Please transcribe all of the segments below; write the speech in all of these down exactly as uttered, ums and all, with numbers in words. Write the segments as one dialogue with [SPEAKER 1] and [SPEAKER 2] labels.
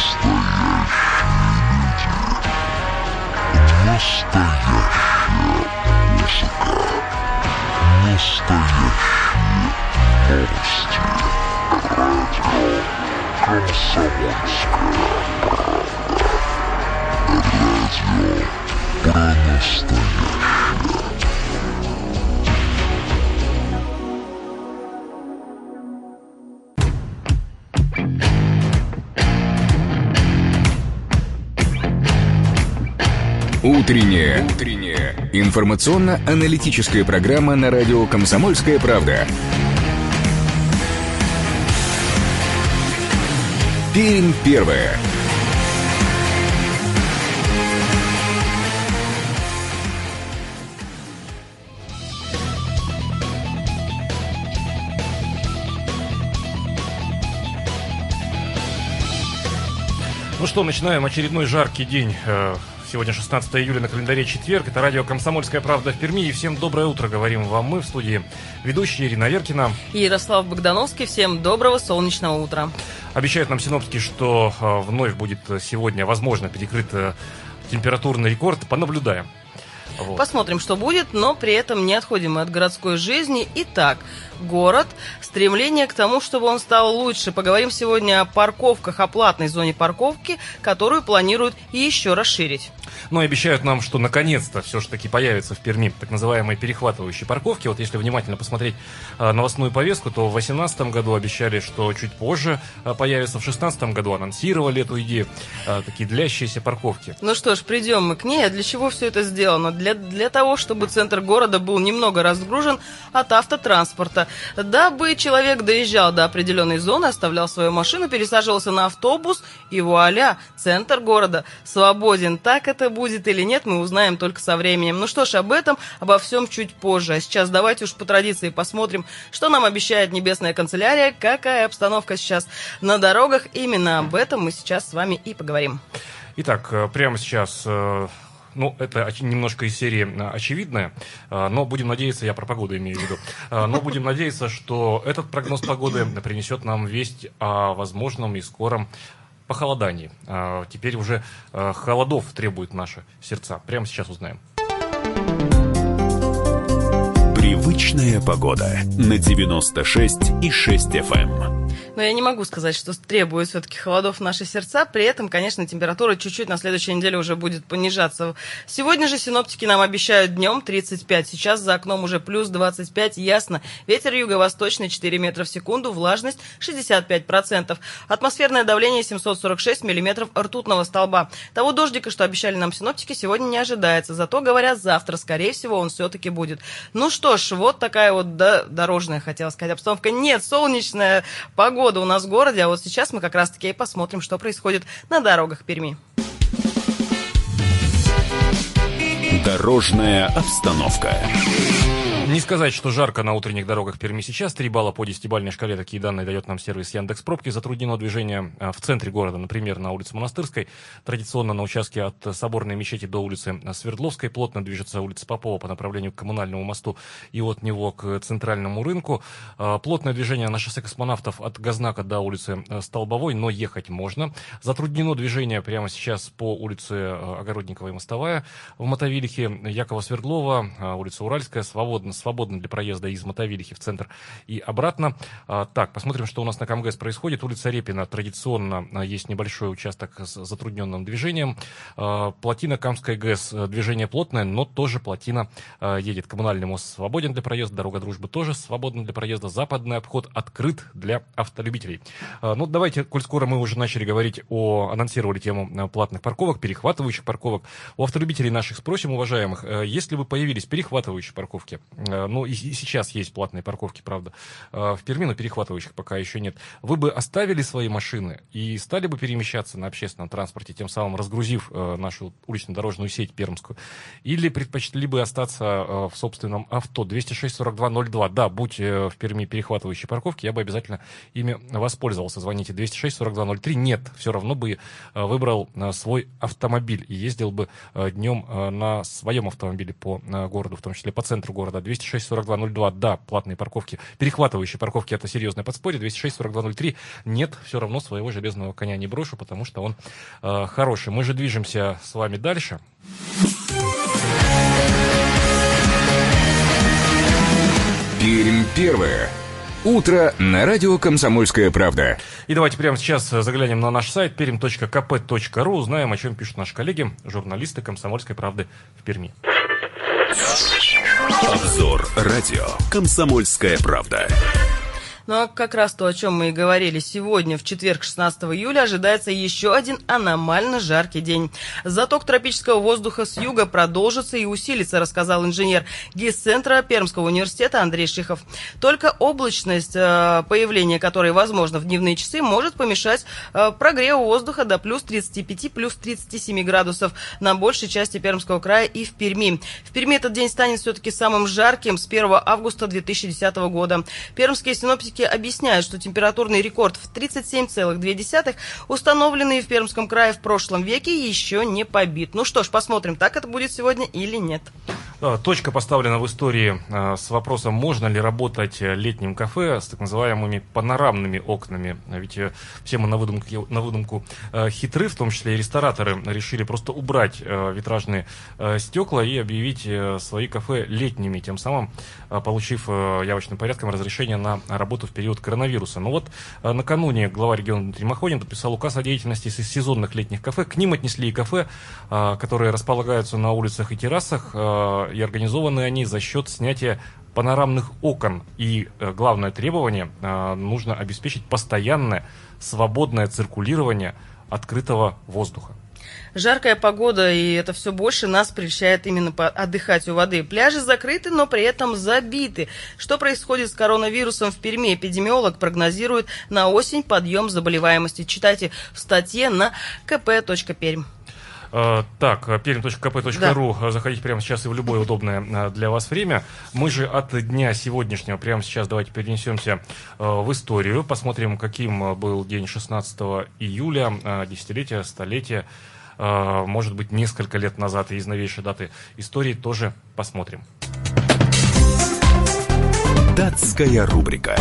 [SPEAKER 1] Утренняя. Утренняя. Информационно-аналитическая программа на радио «Комсомольская правда». Пермь первая.
[SPEAKER 2] Ну что, начинаем очередной жаркий день. Сегодня шестнадцатое июля, на календаре четверг. Это радио «Комсомольская правда» в Перми. И всем доброе утро, говорим вам мы в студии. Ведущие Ирина Аверкина
[SPEAKER 3] и Ярослав Богдановский. Всем доброго солнечного утра.
[SPEAKER 2] Обещают нам синоптики, что вновь будет сегодня, возможно, перекрыт температурный рекорд. Понаблюдаем. Вот.
[SPEAKER 3] Посмотрим, что будет, но при этом не отходим мы от городской жизни. Итак, город, стремление к тому, чтобы он стал лучше. Поговорим сегодня о парковках, о платной зоне парковки, которую планируют еще расширить.
[SPEAKER 2] Ну и обещают нам, что наконец-то все-таки появятся в Перми так называемые перехватывающие парковки. Вот если внимательно посмотреть э, новостную повестку, то в две тысячи восемнадцатом году обещали, что чуть позже э, появятся. В две тысячи шестнадцатом году анонсировали эту идею. Э, такие длящиеся парковки.
[SPEAKER 3] Ну что ж, придем мы к ней. А для чего все это сделано? Для, для того, чтобы центр города был немного разгружен от автотранспорта. Дабы человек доезжал до определенной зоны, оставлял свою машину, пересаживался на автобус, и вуаля, центр города свободен. Так это будет или нет, мы узнаем только со временем. Ну что ж, об этом, обо всем чуть позже. А сейчас давайте уж по традиции посмотрим, что нам обещает Небесная канцелярия, какая обстановка сейчас на дорогах. Именно об этом мы сейчас с вами и поговорим.
[SPEAKER 2] Итак, прямо сейчас... Ну, это немножко из серии очевидное, но будем надеяться, я про погоду имею в виду, но будем надеяться, что этот прогноз погоды принесет нам весть о возможном и скором похолодании. Теперь уже холодов требуют наши сердца. Прямо сейчас узнаем.
[SPEAKER 1] Привычная погода на девяносто шесть и шесть эф эм.
[SPEAKER 3] Но я не могу сказать, что требует все-таки холодов наши сердца. При этом, конечно, температура чуть-чуть на следующей неделе уже будет понижаться. Сегодня же синоптики нам обещают днем тридцать пять. Сейчас за окном уже плюс двадцать пять. Ясно. Ветер юго-восточный четыре метра в секунду. Влажность шестьдесят пять процентов. Атмосферное давление семьсот сорок шесть миллиметров ртутного столба. Того дождика, что обещали нам синоптики, сегодня не ожидается. Зато, говорят, завтра, скорее всего, он все-таки будет. Ну что ж, вот такая вот да, дорожная, хотела сказать, обстановка. Нет, солнечная погода у нас в городе, а вот сейчас мы как раз-таки и посмотрим, что происходит на дорогах Перми.
[SPEAKER 1] Дорожная обстановка.
[SPEAKER 2] Не сказать, что жарко на утренних дорогах Перми сейчас. три балла по десятибалльной шкале. Такие данные дает нам сервис Яндекс.Пробки. Затруднено движение в центре города, например, на улице Монастырской. Традиционно на участке от Соборной мечети до улицы Свердловской. Плотно движется улица Попова по направлению к Коммунальному мосту и от него к Центральному рынку. Плотное движение на шоссе Космонавтов от Газнака до улицы Столбовой, но ехать можно. Затруднено движение прямо сейчас по улице Огородникова и Мостовая. В Мотовилихе Якова Свердлова, улица Уральская, свободно свободно для проезда из Мотовилихи в центр и обратно. А, так, посмотрим, что у нас на КамГЭС происходит. Улица Репина традиционно а, есть небольшой участок с затрудненным движением. А, плотина Камская ГЭС, движение плотное, но тоже плотина а, едет. Коммунальный мост свободен для проезда, дорога Дружбы тоже свободна для проезда. Западный обход открыт для автолюбителей. А, ну, давайте, коль скоро мы уже начали говорить о, анонсировали тему платных парковок, перехватывающих парковок, у автолюбителей наших спросим, уважаемых, если бы появились перехватывающие парковки, ну и сейчас есть платные парковки, правда, в Перми, но перехватывающих пока еще нет. Вы бы оставили свои машины и стали бы перемещаться на общественном транспорте, тем самым разгрузив нашу улично-дорожную сеть пермскую? Или предпочли бы остаться в собственном авто? двести шесть сорок два ноль два. Да, будь в Перми перехватывающие парковки, я бы обязательно ими воспользовался. Звоните двести шесть сорок два ноль три. Нет, все равно бы выбрал свой автомобиль и ездил бы днем на своем автомобиле по городу, в том числе по центру города. двести двести шесть сорок два ноль два. Да, платные парковки, перехватывающие парковки — это серьезное подспорье. двести шесть сорок два ноль три. Нет, все равно своего железного коня не брошу, потому что он э, хороший. Мы же движемся с вами дальше.
[SPEAKER 4] Пермь первое. Утро на радио «Комсомольская правда».
[SPEAKER 2] И давайте прямо сейчас заглянем на наш сайт пермь точка ка пэ точка ру, узнаем, о чем пишут наши коллеги, журналисты «Комсомольской правды» в Перми.
[SPEAKER 1] Обзор радио «Комсомольская правда».
[SPEAKER 3] Ну а как раз то, о чем мы и говорили. Сегодня, в четверг, шестнадцатого июля, ожидается еще один аномально жаркий день. Заток тропического воздуха с юга продолжится и усилится, рассказал инженер ГИС-центра Пермского университета Андрей Шихов. Только облачность, появление которой возможно в дневные часы, может помешать прогреву воздуха до плюс тридцати пяти, плюс тридцати семи градусов на большей части Пермского края и в Перми. В Перми этот день станет все-таки самым жарким с первого августа две тысячи десятого года. Пермские синоптики объясняют, что температурный рекорд в тридцать семь целых две десятых, установленный в Пермском крае в прошлом веке, еще не побит. Ну что ж, посмотрим, так это будет сегодня или нет.
[SPEAKER 2] Точка поставлена в истории с вопросом, можно ли работать летним кафе с так называемыми панорамными окнами. Ведь все мы на выдумку, на выдумку хитры, в том числе и рестораторы, решили просто убрать витражные стекла и объявить свои кафе летними, тем самым получив явочным порядком разрешение на работу в период коронавируса. Но вот накануне глава региона Дмитрий Махонин подписал указ о деятельности сезонных летних кафе. К ним отнесли и кафе, которые располагаются на улицах и террасах, и организованы они за счет снятия панорамных окон. И э, главное требование, э, нужно обеспечить постоянное свободное циркулирование открытого воздуха.
[SPEAKER 3] Жаркая погода, и это все больше нас прельщает именно отдыхать у воды. Пляжи закрыты, но при этом забиты. Что происходит с коронавирусом в Перми? Эпидемиолог прогнозирует на осень подъем заболеваемости. Читайте в статье на ка пэ точка пермь.
[SPEAKER 2] Так, пермь точка ка пэ точка ру, да. Заходите прямо сейчас и в любое удобное для вас время. Мы же от дня сегодняшнего прямо сейчас давайте перенесемся в историю, посмотрим, каким был день шестнадцатого июля, десятилетие, столетие, может быть, несколько лет назад, и из новейшей даты истории тоже посмотрим.
[SPEAKER 1] Датская рубрика.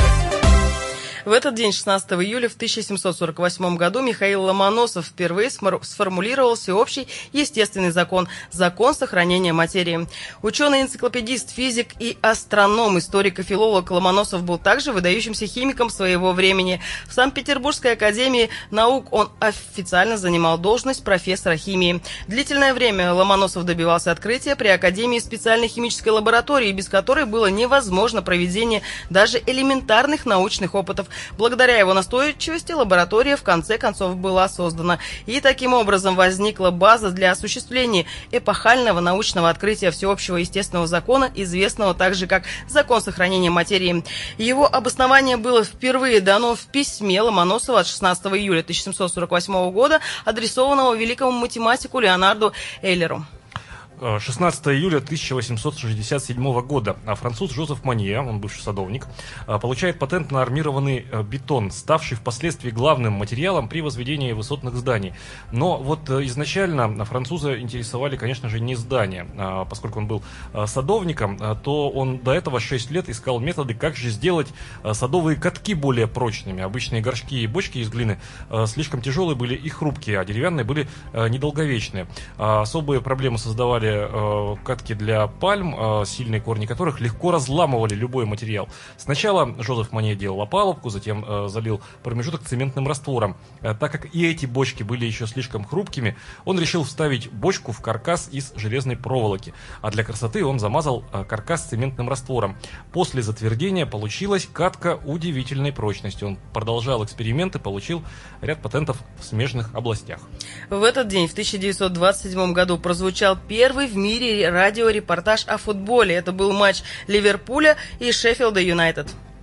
[SPEAKER 3] В этот день, шестнадцатого июля в тысяча семьсот сорок восьмом году, Михаил Ломоносов впервые сформулировал всеобщий естественный закон – закон сохранения материи. Ученый-энциклопедист, физик и астроном, историк и филолог Ломоносов был также выдающимся химиком своего времени. В Санкт-Петербургской академии наук он официально занимал должность профессора химии. Длительное время Ломоносов добивался открытия при Академии специальной химической лаборатории, без которой было невозможно проведение даже элементарных научных опытов. Благодаря его настойчивости лаборатория в конце концов была создана. И таким образом возникла база для осуществления эпохального научного открытия всеобщего естественного закона, известного также как закон сохранения материи. Его обоснование было впервые дано в письме Ломоносова от шестнадцатого июля тысяча семьсот сорок восьмого года, адресованного великому математику Леонарду Эйлеру.
[SPEAKER 2] шестнадцатого июля тысяча восемьсот шестьдесят седьмого года француз Жозеф Монье, он бывший садовник, получает патент на армированный бетон, ставший впоследствии главным материалом при возведении высотных зданий. Но вот изначально француза интересовали, конечно же, не здания. Поскольку он был садовником, то он до этого шесть лет искал методы, как же сделать садовые катки более прочными. Обычные горшки и бочки из глины слишком тяжелые были и хрупкие, а деревянные были недолговечные. Особые проблемы создавали катки для пальм, сильные корни которых легко разламывали любой материал. Сначала Жозеф Монье делал опалубку, затем залил промежуток цементным раствором. Так как и эти бочки были еще слишком хрупкими, он решил вставить бочку в каркас из железной проволоки, а для красоты он замазал каркас цементным раствором. После затвердения получилась катка удивительной прочности. Он продолжал эксперименты, получил ряд патентов в смежных областях.
[SPEAKER 3] В этот день, в тысяча девятьсот двадцать седьмом году, прозвучал первый в мире радиорепортаж о футболе. Это был матч Ливерпуля и Шеффилда Юнайтед.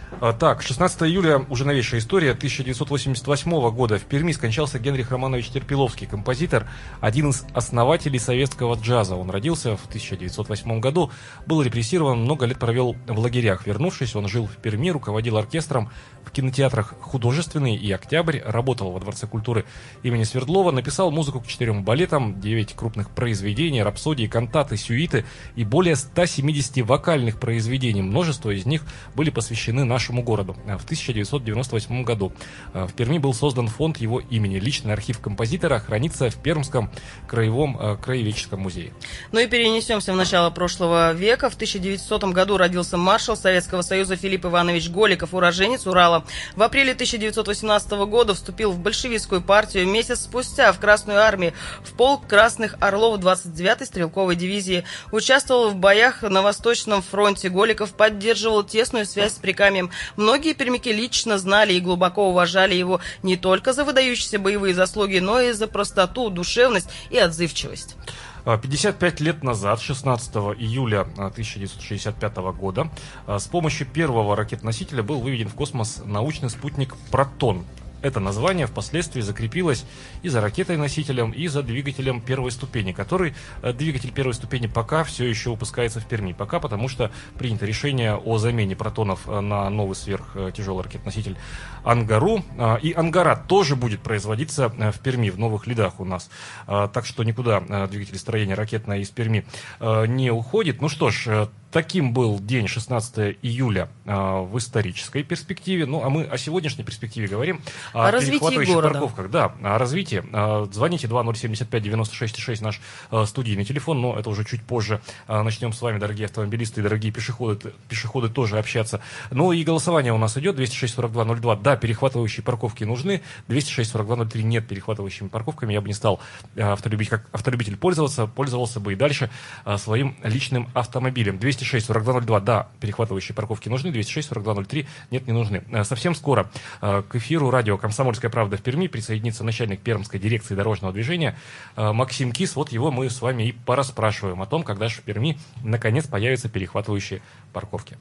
[SPEAKER 2] Так, шестнадцатого июля, уже новейшая история, тысяча девятьсот восемьдесят восьмого года в Перми скончался Генрих Романович Терпиловский, композитор, один из основателей советского джаза. Он родился в тысяча девятьсот восьмом году, был репрессирован, много лет провел в лагерях. Вернувшись, он жил в Перми, руководил оркестром в кинотеатрах «Художественный» и «Октябрь», работал во Дворце культуры имени Свердлова, написал музыку к четырем балетам, девять крупных произведений, рапсодии, кантаты, сюиты и более ста семидесяти вокальных произведений. Множество из них были посвящены нашему городу. В тысяча девятьсот девяносто восьмом году в Перми был создан фонд его имени. Личный архив композитора хранится в Пермском краевом краеведческом музее.
[SPEAKER 3] Ну и перенесемся в начало прошлого века. В тысяча девятисотом году родился маршал Советского Союза Филипп Иванович Голиков, уроженец Урала. В апреле тысяча девятьсот восемнадцатого года вступил в большевистскую партию. Месяц спустя в Красную армию, в полк Красных Орлов двадцать девятой стрелковой дивизии. Участвовал в боях на Восточном фронте. Голиков поддерживал тесную связь с Прикамьем. Многие пермяки лично знали и глубоко уважали его не только за выдающиеся боевые заслуги, но и за простоту, душевность и отзывчивость.
[SPEAKER 2] пятьдесят пять лет назад, шестнадцатого июля тысяча девятьсот шестьдесят пятого года, с помощью первого ракет-носителя был выведен в космос научный спутник «Протон». Это название впоследствии закрепилось и за ракетой-носителем, и за двигателем первой ступени, который, двигатель первой ступени пока все еще выпускается в Перми. Пока, потому что принято решение о замене «Протонов» на новый сверхтяжелый ракет-носитель «Ангару». И «Ангара» тоже будет производиться в Перми, в новых лидах у нас. Так что никуда двигатель строения ракетной из Перми не уходит. Ну что ж, таким был день шестнадцатого июля в исторической перспективе. Ну, а мы о сегодняшней перспективе говорим.
[SPEAKER 3] О, о развитии города.
[SPEAKER 2] Парковках. Да, о развитии. Звоните два ноль семьдесят пять девяносто шесть шесть, наш студийный телефон, но это уже чуть позже. Начнем с вами, дорогие автомобилисты и дорогие пешеходы, пешеходы тоже общаться. Ну и голосование у нас идет. двести шесть сорок два ноль два. Да, перехватывающие парковки нужны. двести шесть сорок два ноль три нет перехватывающими парковками. Я бы не стал автолюбитель, как автолюбитель пользоваться, пользовался бы и дальше своим личным автомобилем. двести шесть сорок два ноль два, да, перехватывающие парковки нужны. двести шесть сорок два ноль три нет, не нужны. Совсем скоро к эфиру радио «Комсомольская правда» в Перми присоединится начальник Пермской дирекции дорожного движения Максим Кис. Вот его мы с вами и пораспрашиваем о том, когда же в Перми наконец появятся перехватывающие парковки.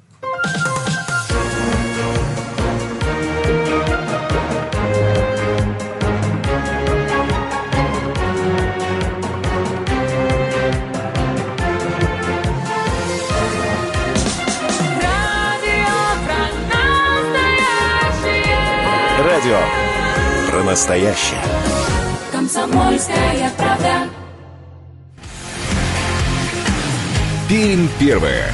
[SPEAKER 1] Радио про настоящее.
[SPEAKER 5] Комсомольская правда.
[SPEAKER 4] Пермь первая.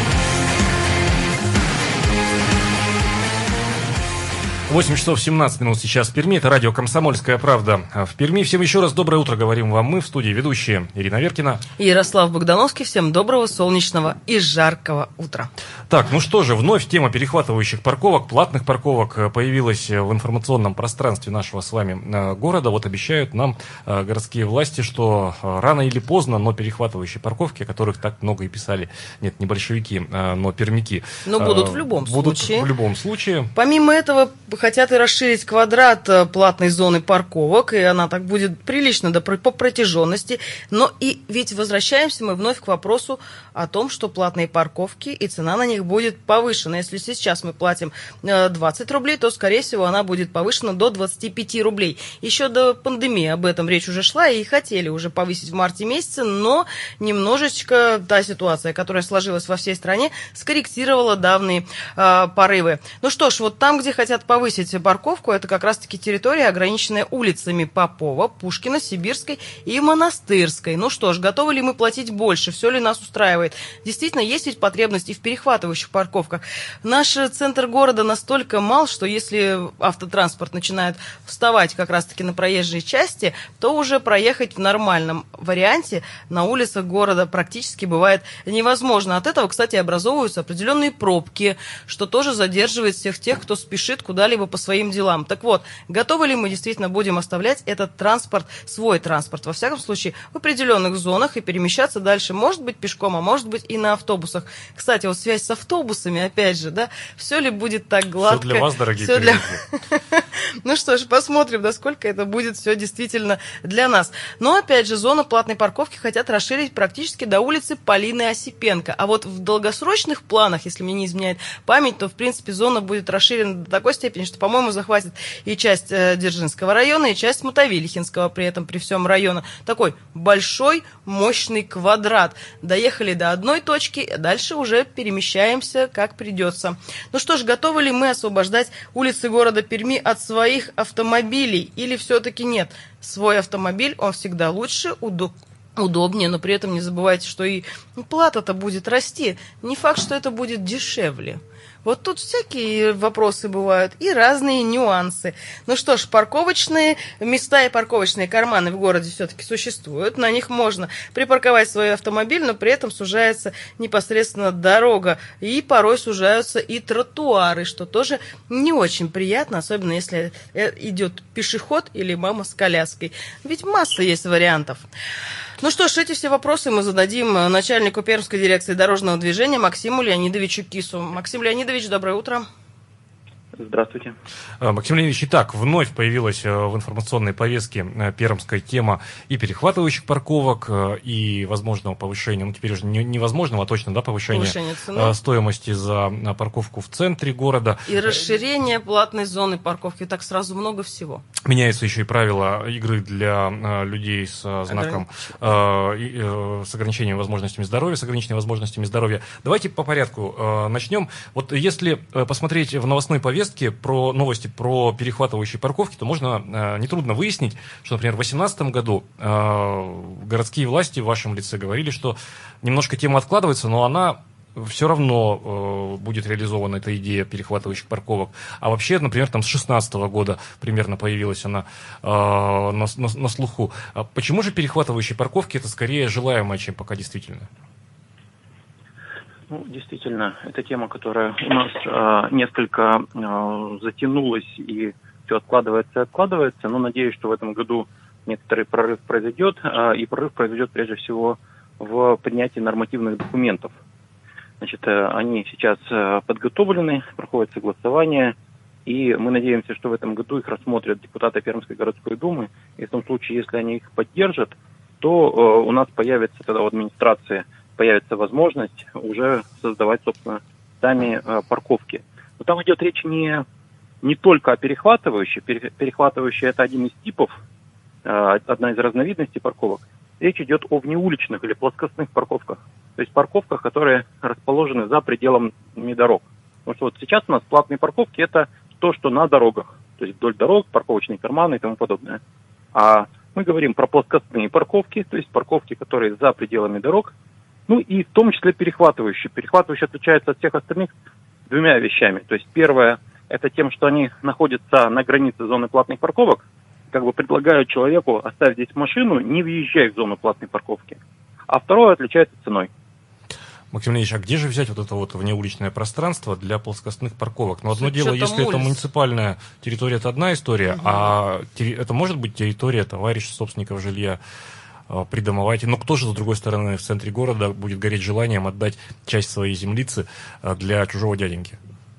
[SPEAKER 2] восемь часов семнадцать минут сейчас в Перми. Это радио «Комсомольская правда» в Перми. Всем еще раз доброе утро говорим вам мы. В студии ведущие Ирина Веркина
[SPEAKER 3] и Ярослав Богдановский. Всем доброго, солнечного и жаркого утра.
[SPEAKER 2] Так, ну что же, вновь тема перехватывающих парковок, платных парковок появилась в информационном пространстве нашего с вами города. Вот обещают нам городские власти, что рано или поздно, но перехватывающие парковки, о которых так много и писали, нет, не большевики, но пермяки.
[SPEAKER 3] Но будут в любом
[SPEAKER 2] будут
[SPEAKER 3] случае.
[SPEAKER 2] в любом случае.
[SPEAKER 3] Помимо этого, хотят и расширить квадрат платной зоны парковок, и она так будет прилично да, по протяженности. Но и ведь возвращаемся мы вновь к вопросу о том, что платные парковки и цена на них будет повышена. Если сейчас мы платим двадцать рублей, то, скорее всего, она будет повышена до двадцати пяти рублей. Еще до пандемии об этом речь уже шла, и хотели уже повысить в марте месяце, но немножечко та ситуация, которая сложилась во всей стране, скорректировала давние э, порывы. Ну что ж, вот там, где хотят повысить парковку, это как раз-таки территория, ограниченная улицами Попова, Пушкина, Сибирской и Монастырской. Ну что ж, готовы ли мы платить больше? Все ли нас устраивает? Действительно, есть ведь потребность и в перехватывающих парковках. Наш центр города настолько мал, что если автотранспорт начинает вставать как раз-таки на проезжей части, то уже проехать в нормальном варианте на улицах города практически бывает невозможно. От этого, кстати, образовываются определенные пробки, что тоже задерживает всех тех, кто спешит куда-либо по своим делам. Так вот, готовы ли мы действительно будем оставлять этот транспорт, свой транспорт, во всяком случае, в определенных зонах и перемещаться дальше, может быть, пешком, а может быть и на автобусах. Кстати, вот связь с автобусами, опять же, да, все ли будет так гладко?
[SPEAKER 2] Все для вас, дорогие
[SPEAKER 3] все для... Ну что ж, посмотрим, насколько это будет все действительно для нас. Но, опять же, зону платной парковки хотят расширить практически до улицы Полины Осипенко. А вот в долгосрочных планах, если мне не изменяет память, то, в принципе, зона будет расширена до такой степени, что, по-моему, захватит и часть э, Дзержинского района, и часть Мотовилихинского, при этом, при всем района. Такой большой, мощный квадрат. Доехали до одной точки, а дальше уже перемещаемся, как придется. Ну что ж, готовы ли мы освобождать улицы города Перми от своих автомобилей? Или все-таки нет? Свой автомобиль, он всегда лучше, удобнее. удобнее, но при этом не забывайте, что и плата-то будет расти. Не факт, что это будет дешевле. Вот тут всякие вопросы бывают и разные нюансы. Ну что ж, парковочные места и парковочные карманы в городе все-таки существуют. На них можно припарковать свой автомобиль, но при этом сужается непосредственно дорога. И порой сужаются и тротуары, что тоже не очень приятно, особенно если идет пешеход или мама с коляской. Ведь масса есть вариантов. Ну что ж, эти все вопросы мы зададим начальнику Пермской дирекции дорожного движения Максиму Леонидовичу Кису. Максим Леонидович, доброе утро.
[SPEAKER 5] Здравствуйте.
[SPEAKER 2] Максим Леонидович, итак, вновь появилась в информационной повестке пермская тема и перехватывающих парковок, и возможного повышения, ну теперь уже невозможного, а точно, да, повышения цены, стоимости за парковку в центре города.
[SPEAKER 3] И расширение платной зоны парковки. Так сразу много всего.
[SPEAKER 2] Меняются еще и правила игры для людей с знаком, э, с ограничением возможностями здоровья, с ограниченными возможностями здоровья. Давайте по порядку э, начнем. Вот если посмотреть в новостной повестке про новости про перехватывающие парковки, то можно э, нетрудно выяснить, что, например, в две тысячи восемнадцатом году э, городские власти в вашем лице говорили, что немножко тема откладывается, но она все равно э, будет реализована эта идея перехватывающих парковок. А вообще, например, там с две тысячи шестнадцатого года примерно появилась она э, на, на, на слуху. А почему же перехватывающие парковки это скорее желаемое, чем пока действительно?
[SPEAKER 5] Ну, действительно, это тема, которая у нас э, несколько э, затянулась и все откладывается и откладывается, но надеюсь, что в этом году некоторый прорыв произойдет, э, и прорыв произойдет прежде всего в принятии нормативных документов. Значит, э, они сейчас э, подготовлены, проходит согласование, и мы надеемся, что в этом году их рассмотрят депутаты Пермской городской думы, и в том случае, если они их поддержат, то э, у нас появится тогда в администрации появится возможность уже создавать, собственно, сами э, парковки. Но там идет речь не, не только о перехватывающих. Перехватывающие – это один из типов, э, одна из разновидностей парковок. Речь идет о внеуличных или плоскостных парковках. То есть парковках, которые расположены за пределами дорог. Потому что вот сейчас у нас платные парковки – это то, что на дорогах. То есть вдоль дорог, парковочные карманы и тому подобное. А мы говорим про плоскостные парковки, то есть парковки, которые за пределами дорог. Ну и в том числе перехватывающие. Перехватывающие отличаются от всех остальных двумя вещами. То есть первое, это тем, что они находятся на границе зоны платных парковок, как бы предлагают человеку оставить здесь машину, не въезжая в зону платной парковки. А второе отличается ценой.
[SPEAKER 2] Максим Ильич, а где же взять вот это вот внеуличное пространство для плоскостных парковок? Ну, одно дело, если это муниципальная территория, это одна история, угу. а это может быть территория товарища, собственников жилья, придомовать. Но кто же, с другой стороны, в центре города будет гореть желанием отдать часть своей землицы для чужого дяденьки?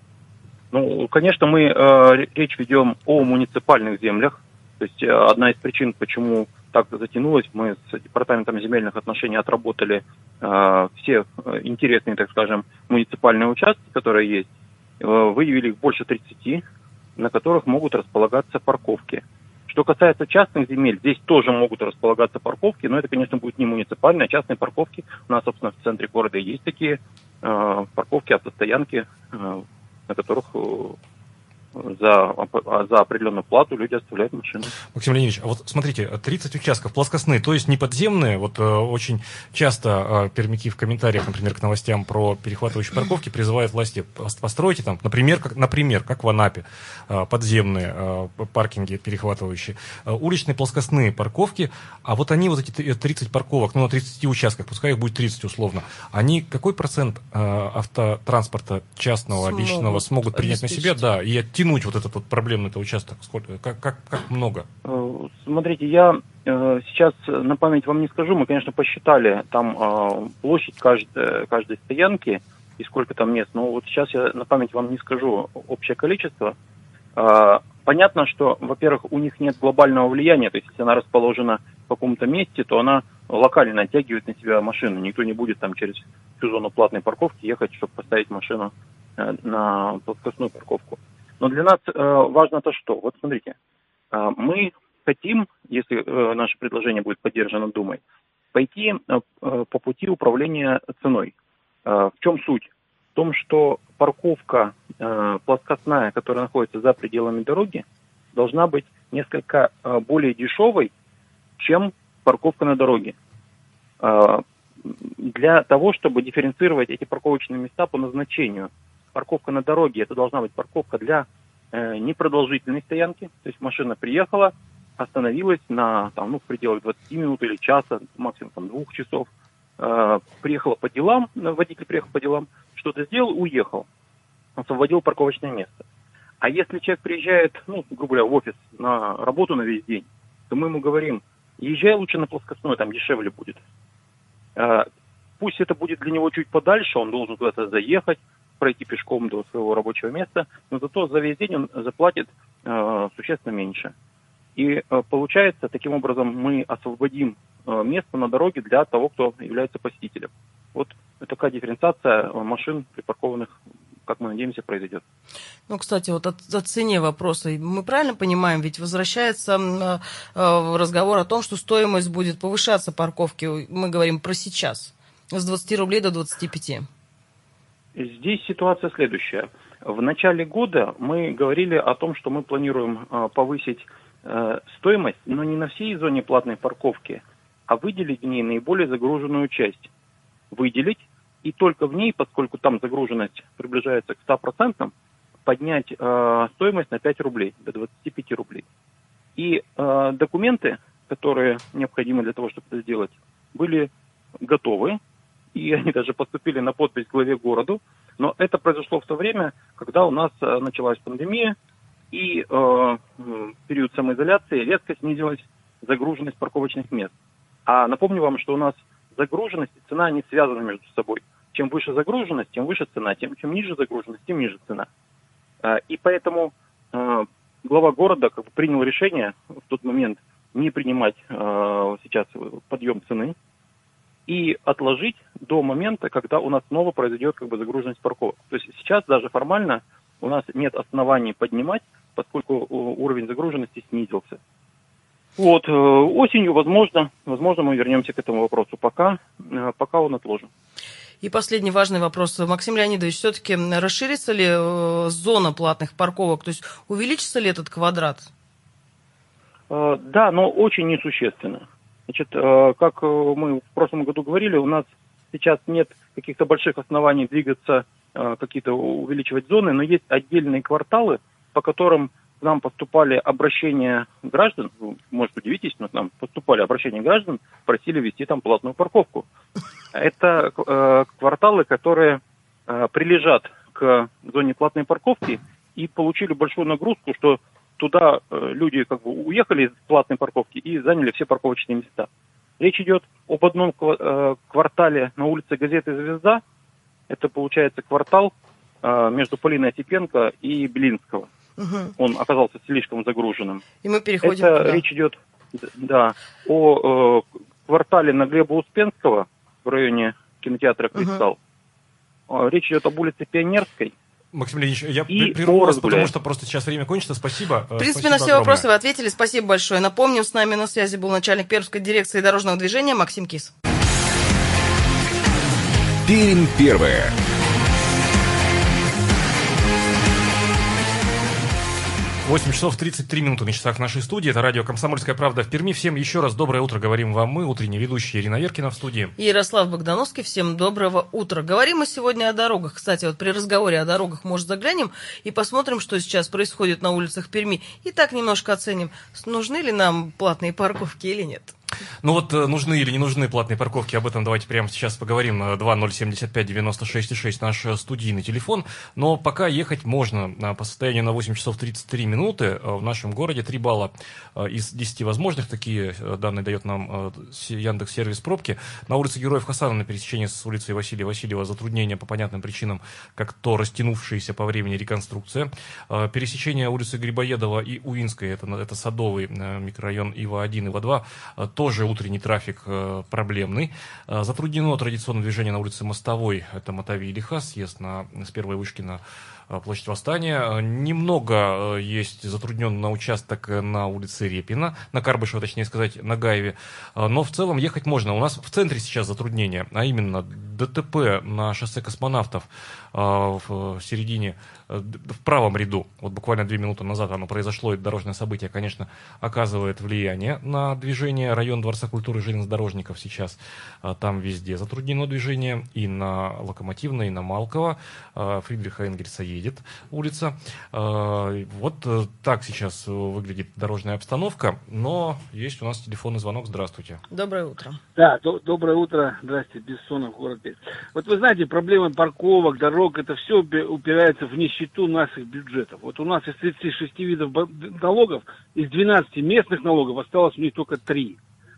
[SPEAKER 5] Ну, конечно, мы э, речь ведем о муниципальных землях. То есть э, одна из причин, почему так затянулось, мы с Департаментом земельных отношений отработали э, все интересные, так скажем, муниципальные участки, которые есть. Э, выявили их больше тридцати, на которых могут располагаться парковки. Что касается частных земель, здесь тоже могут располагаться парковки, но это, конечно, будет не муниципальные, а частные парковки. У нас, собственно, в центре города есть такие э, парковки, автостоянки, э, на которых э, за, за определенную плату люди оставляют машины.
[SPEAKER 2] Максим Леонидович, а вот смотрите, тридцать участков плоскостные, то есть не подземные. Вот э, очень часто э, пермяки в комментариях, например, к новостям про перехватывающие парковки призывают власти: постройте там, например, как, например, как в Анапе, э, подземные э, паркинги перехватывающие, э, уличные плоскостные парковки, а вот они, вот эти тридцать парковок, ну на тридцати участках, пускай их будет тридцать условно, они какой процент э, автотранспорта частного, смогут личного смогут принять на себя, да, и оттянуть вот этот вот проблемный участок? Сколько, как, как, как много?
[SPEAKER 5] Смотрите, я э, сейчас на память вам не скажу. Мы, конечно, посчитали там э, площадь каждой, каждой стоянки и сколько там мест. Но вот сейчас я на память вам не скажу общее количество. Э, понятно, что, во-первых, у них нет глобального влияния, то есть если она расположена в каком-то месте, то она локально оттягивает на себя машину. Никто не будет там через всю зону платной парковки ехать, чтобы поставить машину э, на плоскостную парковку. Но для нас э, важно то, что, вот смотрите, э, мы хотим, если э, наше предложение будет поддержано Думой, пойти э, по пути управления ценой. Э, в чем суть? В том, что парковка э, плоскостная, которая находится за пределами дороги, должна быть несколько э, более дешевой, чем парковка на дороге. Э, для того, чтобы дифференцировать эти парковочные места по назначению. Парковка на дороге, это должна быть парковка для э, непродолжительной стоянки. То есть машина приехала, остановилась на там, ну, в пределах двадцати минут или часа, максимум там, двух часов. Э, приехала по делам, водитель приехал по делам, что-то сделал, уехал. Освободил парковочное место. А если человек приезжает, ну, грубо говоря, в офис на работу на весь день, то мы ему говорим, езжай лучше на плоскостной, там дешевле будет. Э, пусть это будет для него чуть подальше, он должен куда-то заехать, пройти пешком до своего рабочего места, но зато за весь день он заплатит э, существенно меньше. И э, получается, таким образом мы освободим э, место на дороге для того, кто является посетителем. Вот такая дифференциация машин, припаркованных, как мы надеемся, произойдет.
[SPEAKER 3] Ну, кстати, вот о, о цене вопроса. Мы правильно понимаем, ведь возвращается э, э, разговор о том, что стоимость будет повышаться парковки. Мы говорим про сейчас. С двадцати рублей до двадцати пяти.
[SPEAKER 5] Здесь ситуация следующая. В начале года мы говорили о том, что мы планируем э, повысить э, стоимость, но не на всей зоне платной парковки, а выделить в ней наиболее загруженную часть. Выделить и только в ней, поскольку там загруженность приближается к ста процентам, поднять э, стоимость на пять рублей, до двадцати пяти рублей. И э, документы, которые необходимы для того, чтобы это сделать, были готовы. И они даже поступили на подпись главе города. Но это произошло в то время, когда у нас э, началась пандемия, и э, в период самоизоляции резко снизилась загруженность парковочных мест. А напомню вам, что у нас загруженность и цена, они связаны между собой. Чем выше загруженность, тем выше цена. Тем, чем ниже загруженность, тем ниже цена. Э, и поэтому э, глава города как бы принял решение в тот момент не принимать э, сейчас подъем цены, и отложить до момента, когда у нас снова произойдет как бы загруженность парковок. То есть сейчас даже формально у нас нет оснований поднимать, поскольку уровень загруженности снизился. Вот, осенью, возможно, возможно, мы вернемся к этому вопросу. Пока, пока он отложен.
[SPEAKER 3] И последний важный вопрос. Максим Леонидович, все-таки расширится ли зона платных парковок? То есть увеличится ли этот квадрат?
[SPEAKER 5] Да, но очень несущественно. Значит, как мы в прошлом году говорили, у нас сейчас нет каких-то больших оснований двигаться, какие-то увеличивать зоны, но есть отдельные кварталы, по которым к нам поступали обращения граждан, вы, может, удивитесь, но к нам поступали обращения граждан, просили ввести там платную парковку. Это кварталы, которые прилежат к зоне платной парковки и получили большую нагрузку, что туда э, люди как бы уехали из платной парковки и заняли все парковочные места. Речь идет об одном э, квартале на улице Газеты «Звезда». Это, получается, квартал э, между Полиной Осипенко и Белинского. Угу. Он оказался слишком загруженным.
[SPEAKER 3] И мы переходим
[SPEAKER 5] Это
[SPEAKER 3] туда.
[SPEAKER 5] Речь идет да, о э, квартале на Глеба Успенского в районе кинотеатра «Кристалл». Угу. Речь идет об улице Пионерской.
[SPEAKER 2] Максим Леонидович, я
[SPEAKER 5] и
[SPEAKER 2] прерву вас, потому что просто сейчас время кончится. Спасибо.
[SPEAKER 3] В принципе,
[SPEAKER 2] Спасибо
[SPEAKER 3] на все
[SPEAKER 2] огромное.
[SPEAKER 3] вопросы вы ответили. Спасибо большое. Напомним, с нами на связи был начальник Пермской дирекции дорожного движения Максим Кис.
[SPEAKER 4] Пермь первая.
[SPEAKER 2] восемь часов тридцать три минуты на часах нашей студии. Это радио «Комсомольская правда» в Перми. Всем еще раз доброе утро говорим вам мы, утренний ведущий Ирина Веркина в студии.
[SPEAKER 3] И Ярослав Богдановский. Всем доброго утра. Говорим мы сегодня о дорогах. Кстати, вот при разговоре о дорогах, может, заглянем и посмотрим, что сейчас происходит на улицах Перми. И так немножко оценим, нужны ли нам платные парковки или нет.
[SPEAKER 2] Ну вот нужны или не нужны платные парковки, об этом давайте прямо сейчас поговорим. два ноль семь пять девяносто шесть шесть наш студийный телефон. Но пока ехать можно. По состоянию на восемь часов тридцать три минуты в нашем городе три балла из десяти возможных. Такие данные дает нам Яндекс.Сервис пробки. На улице Героев Хасана на пересечении с улицей Василия Васильева затруднения по понятным причинам, как то растянувшаяся по времени реконструкция. Пересечение улицы Грибоедова и Уинской, это, это Садовый микрорайон Ива-один, Ива-два, тоже утренний трафик э, проблемный. Э, затруднено традиционное движение на улице Мостовой, это Мотови-Илиха, съезд на, с первой вышки на э, площадь Восстания. Э, немного э, есть затруднен на участок на улице Репина, на Карбышева, точнее сказать, на Гаеве. Э, но в целом ехать можно. У нас в центре сейчас затруднение, а именно ДТП на шоссе Космонавтов э, в середине, э, в правом ряду. Вот буквально две минуты назад оно произошло, и дорожное событие, конечно, оказывает влияние на движение. Район Дворца культуры железнодорожников сейчас, там везде затруднено движение, и на Локомотивной, и на Малково, Фридриха Энгельса едет улица. Вот так сейчас выглядит дорожная обстановка, но есть у нас телефонный звонок. Здравствуйте.
[SPEAKER 3] Доброе утро.
[SPEAKER 6] Да, до, доброе утро. Здравствуйте, Бессонов, город Пермь. Вот вы знаете, проблемы парковок, дорог, это все упирается в нищету наших бюджетов. Вот у нас из тридцати шести видов налогов, из двенадцати местных налогов осталось у них только три.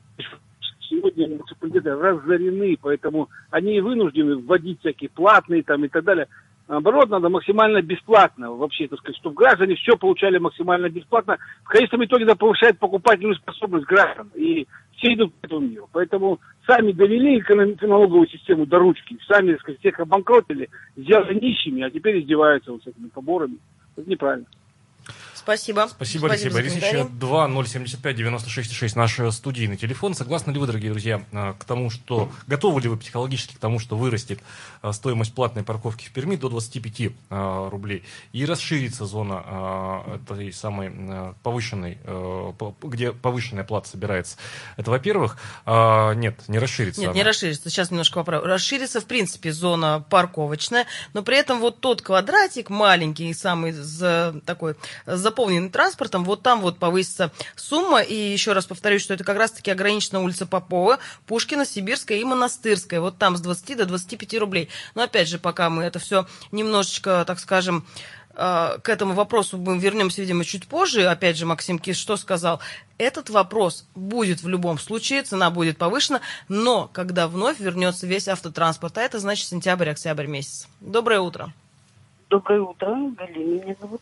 [SPEAKER 6] Сегодня муниципалитеты разорены, поэтому они вынуждены вводить всякие платные там и так далее. Наоборот, надо максимально бесплатно, вообще, так сказать, чтобы граждане все получали максимально бесплатно. В конечном итоге это повышает покупательную способность граждан, и все идут к этому миру. Поэтому сами довели налоговую систему до ручки, сами, так сказать, всех обанкротили, сделали нищими, а теперь издеваются вот с этими поборами. Это неправильно.
[SPEAKER 3] Спасибо.
[SPEAKER 2] Спасибо, Алексей Борисович. два ноль семь пять девяносто шесть шесть наш студийный телефон. Согласны ли вы, дорогие друзья, к тому, что... Готовы ли вы психологически к тому, что вырастет стоимость платной парковки в Перми до двадцати пяти рублей и расширится зона этой самой повышенной, где повышенная плата собирается? Это, во-первых. Нет, не расширится.
[SPEAKER 3] Нет,
[SPEAKER 2] она.
[SPEAKER 3] не расширится. Сейчас немножко поправлю. Расширится, в принципе, зона парковочная, но при этом вот тот квадратик маленький, самый за, такой... За заполненный транспортом, вот там вот повысится сумма. И еще раз повторюсь, что это как раз-таки ограничена улица Попова, Пушкина, Сибирская и Монастырская. Вот там с двадцати до двадцати пяти рублей. Но опять же, пока мы это все немножечко, так скажем, к этому вопросу мы вернемся, видимо, чуть позже. Опять же, Максим Кис что сказал? Этот вопрос будет в любом случае, цена будет повышена, но когда вновь вернется весь автотранспорт, а это значит сентябрь-октябрь месяц. Доброе утро.
[SPEAKER 7] Доброе утро, Галина меня зовут.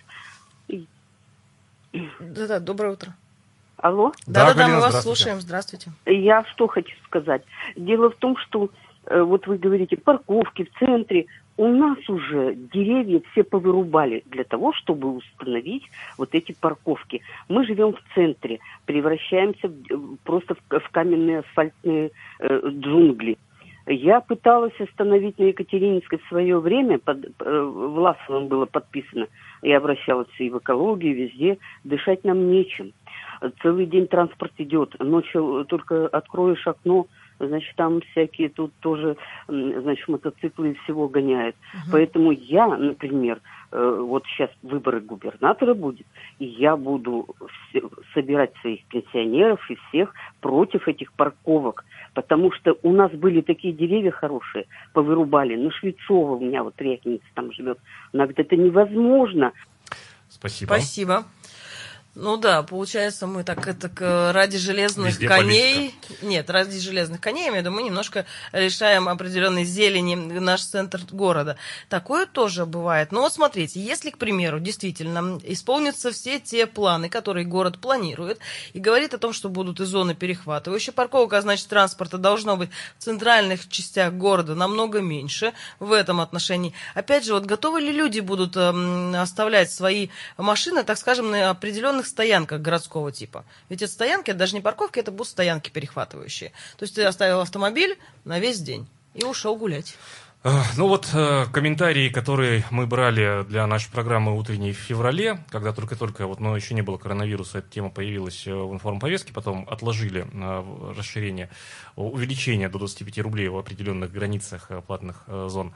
[SPEAKER 3] Да-да, доброе утро.
[SPEAKER 7] Алло?
[SPEAKER 3] Да-да-да, мы вас слушаем. Здравствуйте.
[SPEAKER 7] Я что хочу сказать. Дело в том, что э, вот вы говорите, парковки в центре. У нас уже деревья все повырубали для того, чтобы установить вот эти парковки. Мы живем в центре, превращаемся в, просто в, в каменные асфальтные э, джунгли. Я пыталась остановить на Екатерининской в свое время, под, э, Власовым было подписано, я обращалась и в экологию, везде, дышать нам нечем. Целый день транспорт идет, ночью только откроешь окно, значит, там всякие тут тоже, значит, мотоциклы и всего гоняют. Uh-huh. Поэтому я, например, э, вот сейчас выборы губернатора будет, и я буду все, собирать своих пенсионеров и всех против этих парковок, потому что у нас были такие деревья хорошие, повырубали. На Швецова у меня вот рекница там живет. Она говорит, это невозможно.
[SPEAKER 2] Спасибо.
[SPEAKER 3] Спасибо. Ну да, получается, мы так это ради железных
[SPEAKER 2] Везде
[SPEAKER 3] коней...
[SPEAKER 2] политика.
[SPEAKER 3] Нет, ради железных коней, я думаю, мы немножко лишаем определенной зелени наш центр города. Такое тоже бывает. Но вот смотрите, если, к примеру, действительно исполнятся все те планы, которые город планирует, и говорит о том, что будут и зоны перехватывающие парковок, а значит, транспорта должно быть в центральных частях города намного меньше в этом отношении. Опять же, вот готовы ли люди будут э, оставлять свои машины, так скажем, на определенных стоянках городского типа. Ведь это стоянки, это даже не парковки, это будут стоянки перехватывающие. То есть ты оставил автомобиль на весь день и ушел гулять.
[SPEAKER 2] Ну вот комментарии, которые мы брали для нашей программы утренней в феврале, когда только-только, вот, но еще не было коронавируса, эта тема появилась в информповестке, потом отложили расширение, увеличение до двадцати пяти рублей в определенных границах платных зон.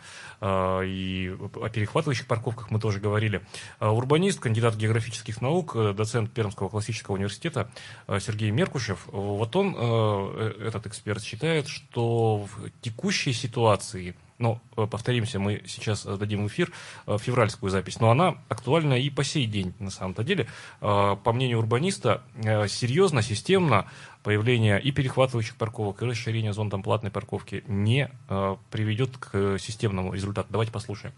[SPEAKER 2] И о перехватывающих парковках мы тоже говорили. Урбанист, кандидат географических наук, доцент Пермского классического университета Сергей Меркушев, вот он, этот эксперт, считает, что в текущей ситуации, ну, повторимся, мы сейчас дадим в эфир февральскую запись, но она актуальна и по сей день, на самом-то деле. По мнению урбаниста, серьезно, системно появление и перехватывающих парковок, и расширение зон там платной парковки не приведет к системному результату. Давайте послушаем.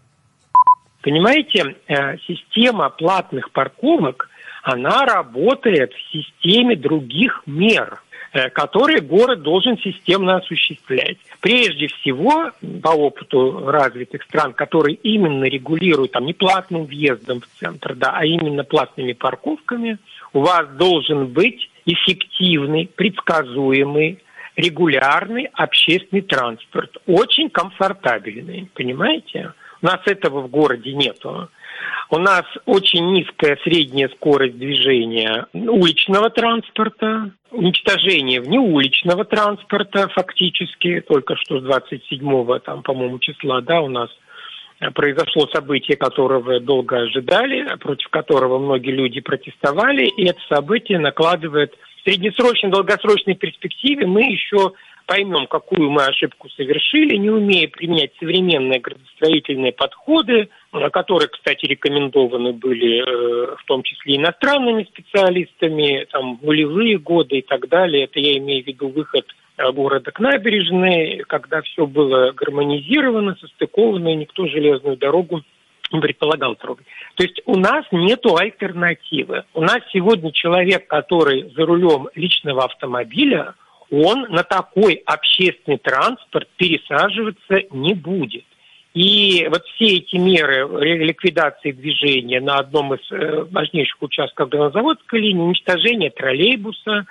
[SPEAKER 8] Понимаете, система платных парковок, она работает в системе других мер, которые город должен системно осуществлять. Прежде всего, по опыту развитых стран, которые именно регулируют там, не платным въездом в центр, да, а именно платными парковками, у вас должен быть эффективный, предсказуемый, регулярный общественный транспорт, очень комфортабельный, понимаете? У нас этого в городе нету. У нас очень низкая средняя скорость движения уличного транспорта, уничтожение внеуличного транспорта фактически, только что с двадцать седьмого, там, по-моему, числа, да, у нас произошло событие, которого долго ожидали, против которого многие люди протестовали, и это событие накладывает в среднесрочной, долгосрочной перспективе мы еще поймем, какую мы ошибку совершили, не умея применять современные градостроительные подходы, которые, кстати, рекомендованы были э, в том числе иностранными специалистами, там, в нулевые годы и так далее. Это я имею в виду выход города к набережной, когда все было гармонизировано, состыковано, и никто железную дорогу не предполагал трогать. То есть у нас нету альтернативы. У нас сегодня человек, который за рулем личного автомобиля, он на такой общественный транспорт пересаживаться не будет. И вот все эти меры ликвидации движения на одном из важнейших участков Горнозаводской линии, уничтожение троллейбуса,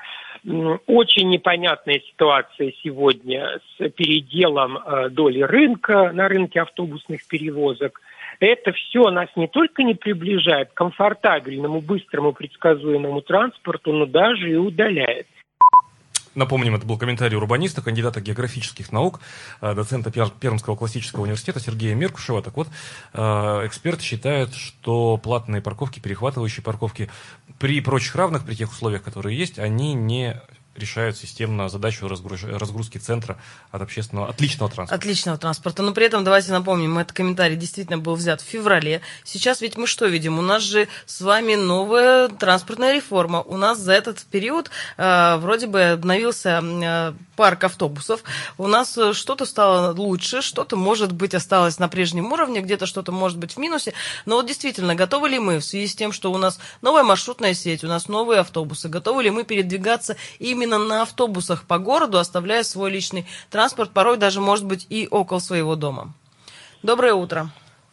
[SPEAKER 8] очень непонятная ситуация сегодня с переделом доли рынка на рынке автобусных перевозок. Это все нас не только не приближает к комфортабельному, быстрому, предсказуемому транспорту, но даже и удаляет.
[SPEAKER 2] Напомним, это был комментарий урбаниста, кандидата географических наук, доцента Пермского классического университета Сергея Меркушева. Так вот, эксперт считает, что платные парковки, перехватывающие парковки при прочих равных, при тех условиях, которые есть, они не решают системно задачу разгруз... разгрузки центра от общественного, от личного транспорта.
[SPEAKER 3] От личного транспорта. Но при этом давайте напомним, этот комментарий действительно был взят в феврале. Сейчас ведь мы что видим? У нас же с вами новая транспортная реформа. У нас за этот период э, вроде бы обновился э, парк автобусов. У нас что-то стало лучше, что-то, может быть, осталось на прежнем уровне, где-то что-то может быть в минусе. Но вот действительно, готовы ли мы в связи с тем, что у нас новая маршрутная сеть, у нас новые автобусы, готовы ли мы передвигаться именно Именно на автобусах по городу, оставляя свой личный транспорт, порой даже, может быть, и около своего дома? Доброе утро.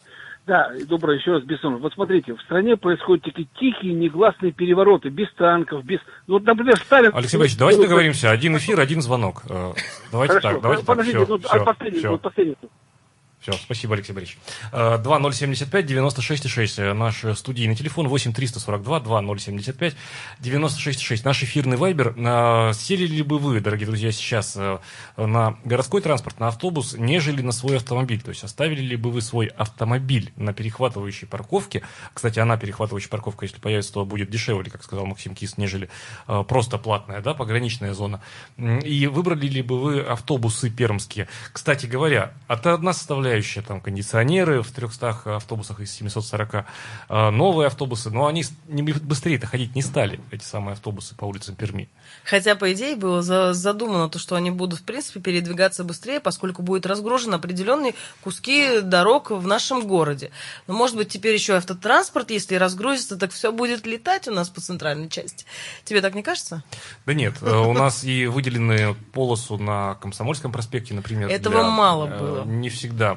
[SPEAKER 6] Да, доброе еще раз, Бессонов. Вот смотрите, в стране происходят такие тихие, негласные перевороты, без танков, без... Ну, вот, например, Сталин...
[SPEAKER 2] Алексей Борисович, давайте договоримся. Один эфир, один звонок. Давайте
[SPEAKER 6] Хорошо.
[SPEAKER 2] так, давайте
[SPEAKER 6] Подождите,
[SPEAKER 2] так. Все,
[SPEAKER 6] ну,
[SPEAKER 2] все,
[SPEAKER 6] последний,
[SPEAKER 2] все.
[SPEAKER 6] вот последний.
[SPEAKER 2] Все, спасибо, Алексей Борисович. два ноль семь пять девяносто шесть шесть. Наш студийный телефон восемь триста сорок два два ноль семь пять девяносто шесть шесть. Наш эфирный вайбер. Сели ли бы вы, дорогие друзья, сейчас на городской транспорт, на автобус, нежели на свой автомобиль? То есть оставили ли бы вы свой автомобиль на перехватывающей парковке? Кстати, она, перехватывающая парковка, если появится, то будет дешевле, как сказал Максим Кис, нежели просто платная, да, пограничная зона. И выбрали ли бы вы автобусы пермские? Кстати говоря, это одна составляющая, там кондиционеры в трехстах автобусах из семисот сорока, новые автобусы, но они быстрее-то ходить не стали, эти самые автобусы по улицам Перми.
[SPEAKER 3] Хотя, по идее, было задумано то, что они будут, в принципе, передвигаться быстрее, поскольку будет разгружены определенные куски дорог в нашем городе. Но, может быть, теперь еще автотранспорт, если разгрузится, так все будет летать у нас по центральной части. Тебе так не кажется?
[SPEAKER 2] Да нет, у нас и выделенные полосу на Комсомольском проспекте, например.
[SPEAKER 3] Этого
[SPEAKER 2] для,
[SPEAKER 3] мало было.
[SPEAKER 2] Не всегда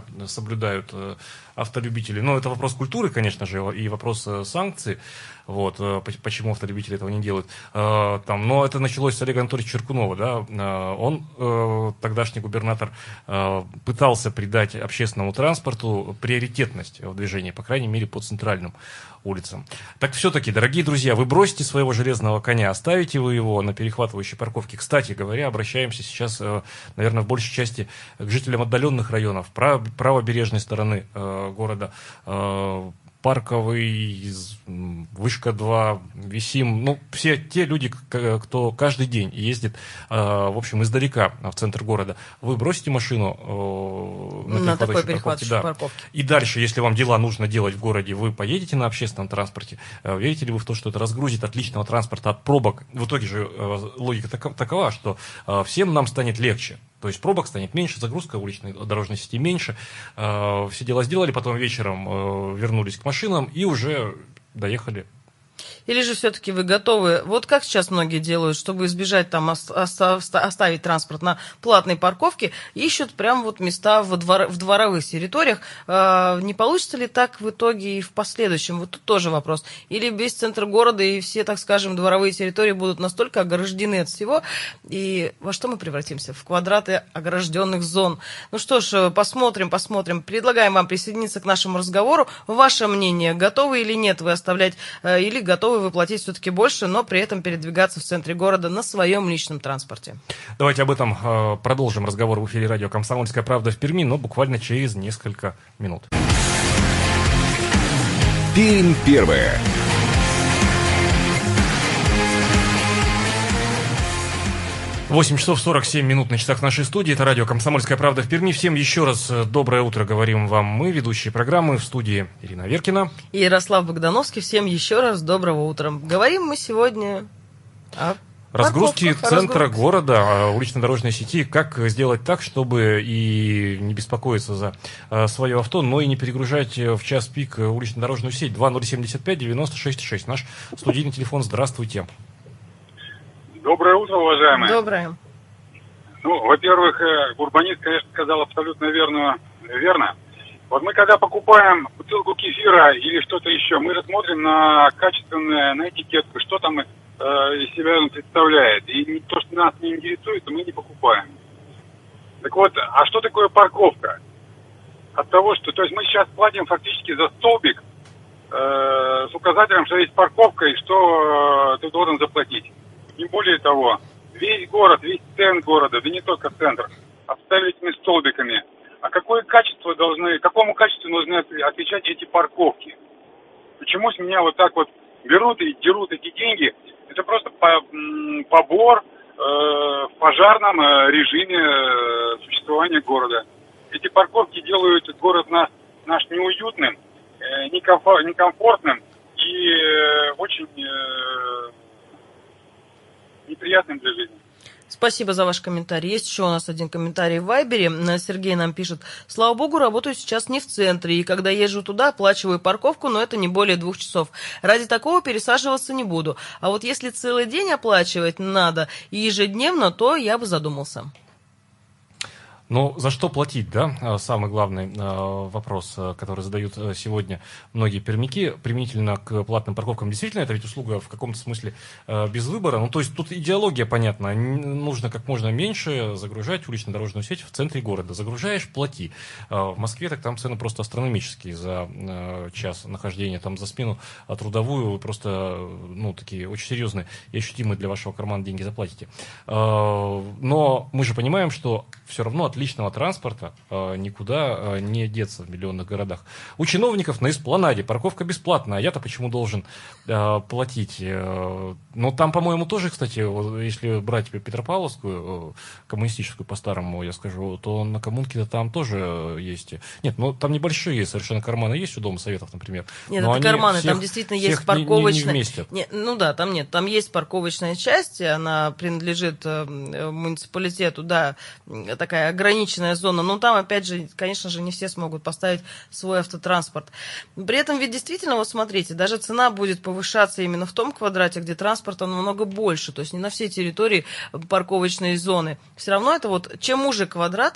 [SPEAKER 2] всегда соблюдают автолюбители. Но это вопрос культуры, конечно же, и вопрос санкций. Вот, почему автолюбители этого не делают. Там, но это началось с Олега Анатольевича Черкунова. Да? Он, тогдашний губернатор, пытался придать общественному транспорту приоритетность в движении, по крайней мере, по центральным улицам. Так все-таки, дорогие друзья, вы бросите своего железного коня, оставите вы его на перехватывающей парковке. Кстати говоря, обращаемся сейчас, наверное, в большей части к жителям отдаленных районов, правобережной стороны города. Парковый, Вышка два, Висим, ну, все те люди, кто каждый день ездит, в общем, издалека в центр города. Вы бросите машину на, на такой перехватывающей да. парковке. И дальше, если вам дела нужно делать в городе, вы поедете на общественном транспорте. Верите ли вы в то, что это разгрузит от личного транспорта, от пробок? В итоге же логика такова, что всем нам станет легче. То есть пробок станет меньше, загрузка уличной дорожной сети меньше. Все дела сделали, потом вечером вернулись к машинам и уже доехали.
[SPEAKER 3] Или же все-таки вы готовы, вот как сейчас многие делают, чтобы избежать там оставить транспорт на платной парковке, ищут прям вот места в, двор, в дворовых территориях. Не получится ли так в итоге и в последующем? Вот тут тоже вопрос. Или весь центр города и все, так скажем, дворовые территории будут настолько ограждены от всего, и во что мы превратимся? В квадраты огражденных зон. Ну что ж, посмотрим, посмотрим. Предлагаем вам присоединиться к нашему разговору. Ваше мнение, готовы или нет вы оставлять, или готовы вы платить все-таки больше, но при этом передвигаться в центре города на своем личном транспорте.
[SPEAKER 2] Давайте об этом э, продолжим разговор в эфире радио «Комсомольская правда» в Перми, но буквально через несколько минут.
[SPEAKER 4] Пермь первая.
[SPEAKER 2] восемь часов сорок семь минут на часах нашей студии. Это радио «Комсомольская правда» в Перми. Всем еще раз доброе утро говорим вам мы, ведущие программы, в студии Ирина Веркина.
[SPEAKER 3] И Ярослав Богдановский. Всем еще раз доброго утра. Говорим мы сегодня о
[SPEAKER 2] разгрузки центра разгрузки. города, улично-дорожной сети. Как сделать так, чтобы и не беспокоиться за свое авто, но и не перегружать в час пик улично-дорожную сеть. два ноль семь пять девяносто шесть шесть. Наш студийный телефон. Здравствуйте.
[SPEAKER 9] Доброе утро, уважаемые.
[SPEAKER 3] Доброе.
[SPEAKER 9] Ну, во-первых, урбанист, конечно, сказал абсолютно верно, верно. Вот мы, когда покупаем бутылку кефира или что-то еще, мы же смотрим на качественное, на этикетку, что там э, из себя он представляет. И то, что нас не интересует, мы не покупаем. Так вот, а что такое парковка? От того, что... То есть мы сейчас платим фактически за столбик э, с указателем, что есть парковка и что э, ты должен заплатить. Не более того, весь город, весь центр города, да не только центр, обставили этими столбиками. А какое качество должны, какому качеству должны отвечать эти парковки? Почему с меня вот так вот берут и дерут эти деньги? Это просто побор э, в пожарном режиме существования города. Эти парковки делают город наш, наш неуютным, э, некомфортным и э, очень... Э, неприятным для жизни.
[SPEAKER 3] Спасибо за ваш комментарий. Есть еще у нас один комментарий в Вайбере. Сергей нам пишет: слава богу, работаю сейчас не в центре, и когда езжу туда, оплачиваю парковку, но это не более двух часов. Ради такого пересаживаться не буду. А вот если целый день оплачивать надо и ежедневно, то я бы задумался.
[SPEAKER 2] Но за что платить, да? Самый главный вопрос, который задают сегодня многие пермяки, применительно к платным парковкам. Действительно, это ведь услуга в каком-то смысле без выбора. Ну, то есть тут идеология понятна. Нужно как можно меньше загружать улично-дорожную сеть в центре города. Загружаешь – плати. В Москве так там цены просто астрономические за час нахождения там за смену трудовую. Вы просто, ну, такие очень серьезные и ощутимые для вашего кармана деньги заплатите. Но мы же понимаем, что все равно от личного транспорта э, никуда э, не деться в миллионных городах. У чиновников на эспланаде парковка бесплатная, а я-то почему должен э, платить? Э, но там, по-моему, тоже, кстати, если брать Петропавловскую, э, коммунистическую по-старому, я скажу, то на коммунке-то там тоже есть. Нет, ну там небольшие совершенно карманы есть у Дома Советов, например.
[SPEAKER 3] Нет, это карманы, всех, там действительно есть парковочная...
[SPEAKER 2] Не, не, не
[SPEAKER 3] не, ну да, там нет, там есть парковочная часть, она принадлежит э, муниципалитету, да, такая ограниченная зона, но там, опять же, конечно же, не все смогут поставить свой автотранспорт. При этом ведь действительно, вот смотрите, даже цена будет повышаться именно в том квадрате, где транспорта намного больше, то есть не на всей территории парковочной зоны. Все равно это вот, чем уже квадрат,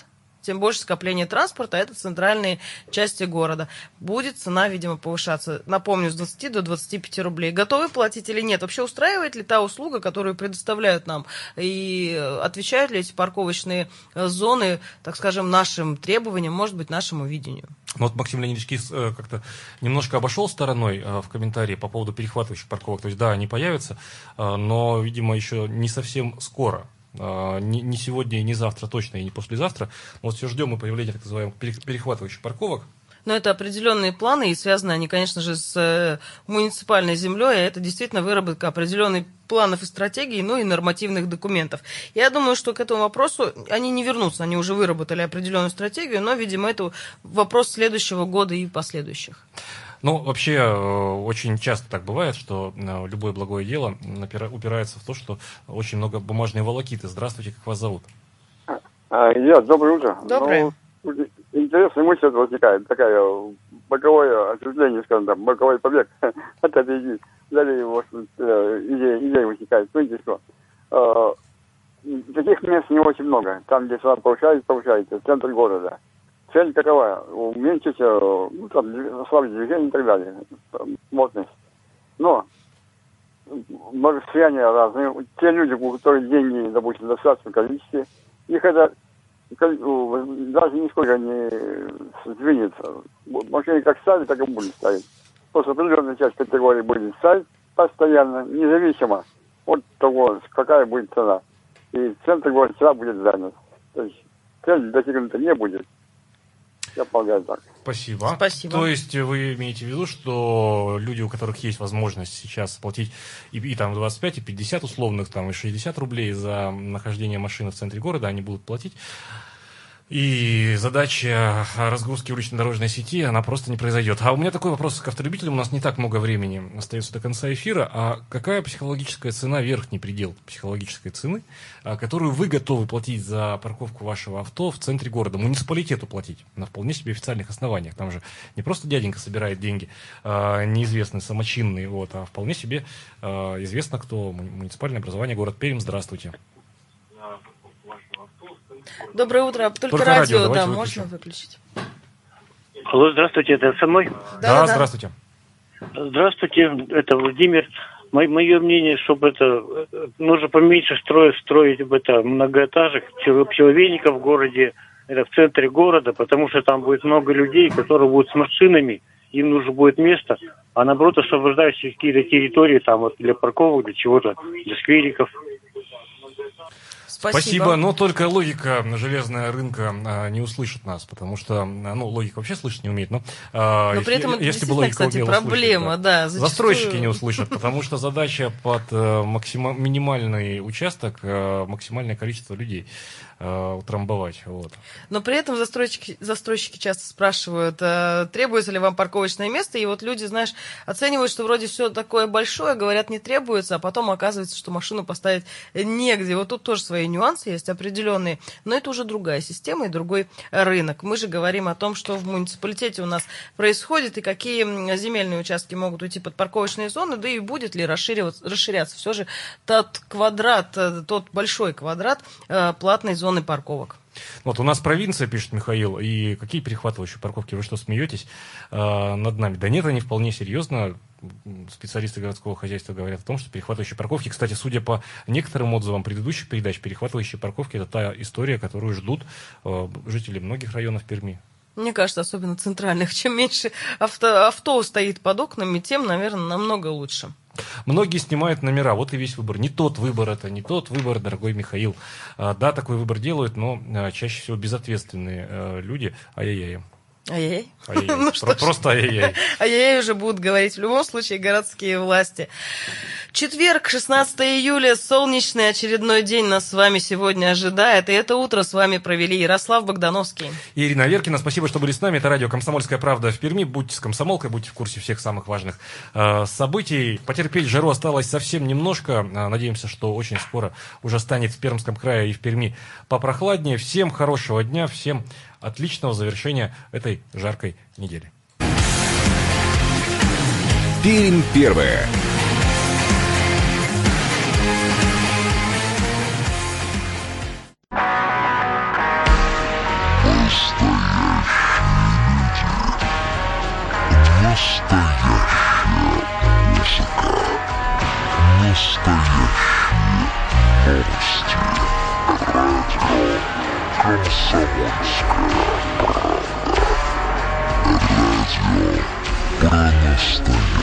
[SPEAKER 3] тем больше скопление транспорта, это центральные части города. Будет цена, видимо, повышаться. Напомню, с двадцати до двадцати пяти рублей. Готовы платить или нет? Вообще устраивает ли та услуга, которую предоставляют нам? И отвечают ли эти парковочные зоны, так скажем, нашим требованиям, может быть, нашему видению?
[SPEAKER 2] Ну, вот Максим Леонидович как-то немножко обошел стороной в комментарии по поводу перехватывающих парковок. То есть, да, они появятся, но, видимо, еще не совсем скоро. Не сегодня, и не завтра точно, и не послезавтра. Но вот все ждем мы появления так называемых перехватывающих парковок.
[SPEAKER 3] Но это определенные планы, и связаны они, конечно же, с муниципальной землей, а это действительно выработка определенных планов и стратегий, ну и нормативных документов. Я думаю, что к этому вопросу они не вернутся, они уже выработали определенную стратегию, но, видимо, это вопрос следующего года и последующих.
[SPEAKER 2] Ну, вообще, очень часто так бывает, что любое благое дело упирается в то, что очень много бумажной волокиты. Здравствуйте, как вас зовут?
[SPEAKER 10] Я, доброе утро.
[SPEAKER 3] Доброе.
[SPEAKER 10] Ну, интересная мысль возникает, такая боковое осуществление, скажем так, боковой побег от этой идеи. Далее вот, идея, идея возникает. Смотрите, что таких мест не очень много. Там, где цена повышается, повышается, центр города. Цель какова? Уменьшить, ну, там, ослабить движение и так далее. Плотность. Но может, состояния разные. Те люди, у которых деньги, допустим, в достаточном количестве, их это даже нисколько не сдвинется. Машины как ставят, так и будут ставить. Просто определенная часть категории будет ставить постоянно, независимо от того, какая будет цена. И центр города всегда будет занят. То есть цель достигнута не будет. Я полагаю так.
[SPEAKER 2] Спасибо.
[SPEAKER 3] Спасибо.
[SPEAKER 2] То есть вы имеете в виду, что люди, у которых есть возможность сейчас платить и, и там двадцать пять, и пятьдесят условных, там, и шестьдесят рублей за нахождение машины в центре города, они будут платить. И задача разгрузки уличной дорожной сети, она просто не произойдет. А у меня такой вопрос к автолюбителям. У нас не так много времени остается до конца эфира. А какая психологическая цена, верхний предел психологической цены, которую вы готовы платить за парковку вашего авто в центре города? Муниципалитету платить на вполне себе официальных основаниях. Там же не просто дяденька собирает деньги, неизвестный, самочинный, вот, а вполне себе известно, кто. Муниципальное образование, город Пермь. Здравствуйте.
[SPEAKER 3] Доброе утро. Только,
[SPEAKER 2] Только
[SPEAKER 3] радио,
[SPEAKER 2] радио
[SPEAKER 3] да,
[SPEAKER 2] выключим.
[SPEAKER 3] можно выключить.
[SPEAKER 8] Алло, здравствуйте, это со мной?
[SPEAKER 2] Да,
[SPEAKER 3] Да, да.
[SPEAKER 2] здравствуйте.
[SPEAKER 8] Здравствуйте, это Владимир. Мое, мое мнение, чтобы это нужно поменьше строить, строить это многоэтажек, пчеловейников в городе, это в центре города, потому что там будет много людей, которые будут с машинами, им нужно будет место, а наоборот освобождать какие-то территории там вот для парковок, для чего-то, для сквериков.
[SPEAKER 3] Спасибо.
[SPEAKER 2] Спасибо, но только логика железная рынка а, не услышит нас, потому что, ну, логика вообще слышать не умеет, но, а,
[SPEAKER 3] но при этом
[SPEAKER 2] если,
[SPEAKER 3] это
[SPEAKER 2] если бы
[SPEAKER 3] действительно,
[SPEAKER 2] логика
[SPEAKER 3] кстати,
[SPEAKER 2] умела
[SPEAKER 3] проблема,
[SPEAKER 2] услышать,
[SPEAKER 3] да. Зачастую...
[SPEAKER 2] Застройщики не услышат, потому что задача под э, максима... минимальный участок, э, максимальное количество людей э, утрамбовать, вот.
[SPEAKER 3] Но при этом застройщики, застройщики часто спрашивают, э, требуется ли вам парковочное место, и вот люди, знаешь, оценивают, что вроде все такое большое, говорят, не требуется, а потом оказывается, что машину поставить негде. Вот тут тоже свои нюансы есть определенные, но это уже другая система и другой рынок. Мы же говорим о том, что в муниципалитете у нас происходит и какие земельные участки могут уйти под парковочные зоны, да и будет ли расшириваться, расширяться все же тот квадрат, тот большой квадрат платной зоны парковок.
[SPEAKER 2] Вот у нас провинция, пишет Михаил, и какие перехватывающие парковки? Вы что, смеетесь э, над нами? Да нет, они вполне серьезно. Специалисты городского хозяйства говорят о том, что перехватывающие парковки, кстати, судя по некоторым отзывам предыдущих передач, перехватывающие парковки — это та история, которую ждут э, жители многих районов Перми.
[SPEAKER 3] Мне кажется, особенно центральных. Чем меньше авто, авто стоит под окнами, тем, наверное, намного лучше.
[SPEAKER 2] Многие снимают номера, вот и весь выбор. Не тот выбор это, не тот выбор, дорогой Михаил. А, да, такой выбор делают, но а, чаще всего безответственные а, люди. Ай-яй-яй.
[SPEAKER 3] Ай-яй-яй.
[SPEAKER 2] Ай-яй-яй.
[SPEAKER 3] Ну,
[SPEAKER 2] Про- просто ай-яй-яй.
[SPEAKER 3] Ай-яй-яй уже будут говорить в любом случае городские власти. Четверг, шестнадцатого июля, солнечный очередной день нас с вами сегодня ожидает. И это утро с вами провели Ярослав Богдановский
[SPEAKER 2] и Ирина Веркина. Спасибо, что были с нами. Это радио «Комсомольская правда» в Перми. Будьте с комсомолкой, будьте в курсе всех самых важных э, событий. Потерпеть жару осталось совсем немножко. Э, надеемся, что очень скоро уже станет в Пермском крае и в Перми попрохладнее. Всем хорошего дня, всем отличного завершения этой жаркой недели.
[SPEAKER 4] Пермь первая.
[SPEAKER 11] Комсомольская правда. Радио про настоящее.